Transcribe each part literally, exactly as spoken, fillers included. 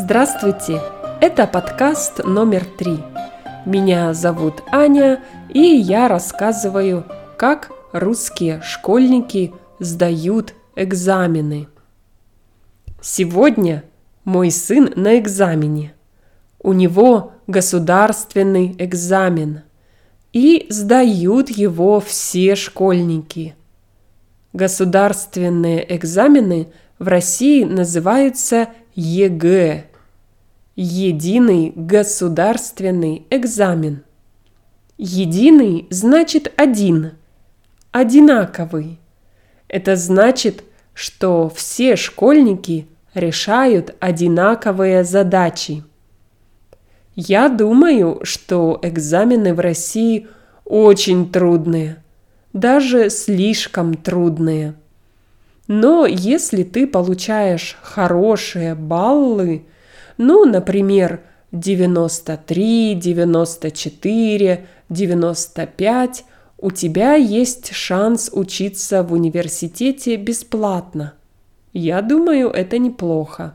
Здравствуйте! Это подкаст номер три. Меня зовут Аня, и я рассказываю, как русские школьники сдают экзамены. Сегодня мой сын на экзамене. У него государственный экзамен, и сдают его все школьники. Государственные экзамены в России называются ЕГЭ – Единый государственный экзамен. Единый значит один, одинаковый. Это значит, что все школьники решают одинаковые задачи. Я думаю, что экзамены в России очень трудные, даже слишком трудные. Но если ты получаешь хорошие баллы, ну, например, девяносто три, девяносто четыре, девяносто пять, у тебя есть шанс учиться в университете бесплатно. Я думаю, это неплохо.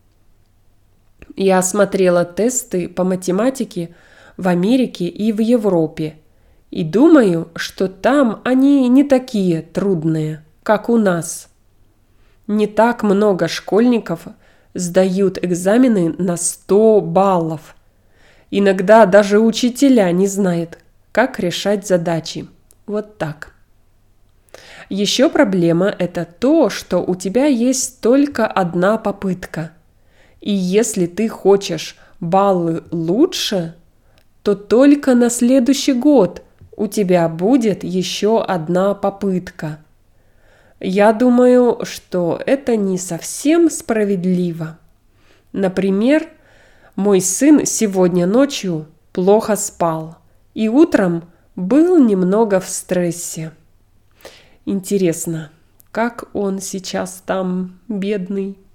Я смотрела тесты по математике в Америке и в Европе, и думаю, что там они не такие трудные, как у нас. Не так много школьников сдают экзамены на сто баллов. Иногда даже учителя не знают, как решать задачи. Вот так. Еще проблема – это то, что у тебя есть только одна попытка. И если ты хочешь баллы лучше, то только на следующий год у тебя будет еще одна попытка. Я думаю, что это не совсем справедливо. Например, мой сын сегодня ночью плохо спал и утром был немного в стрессе. Интересно, как он сейчас там, бедный?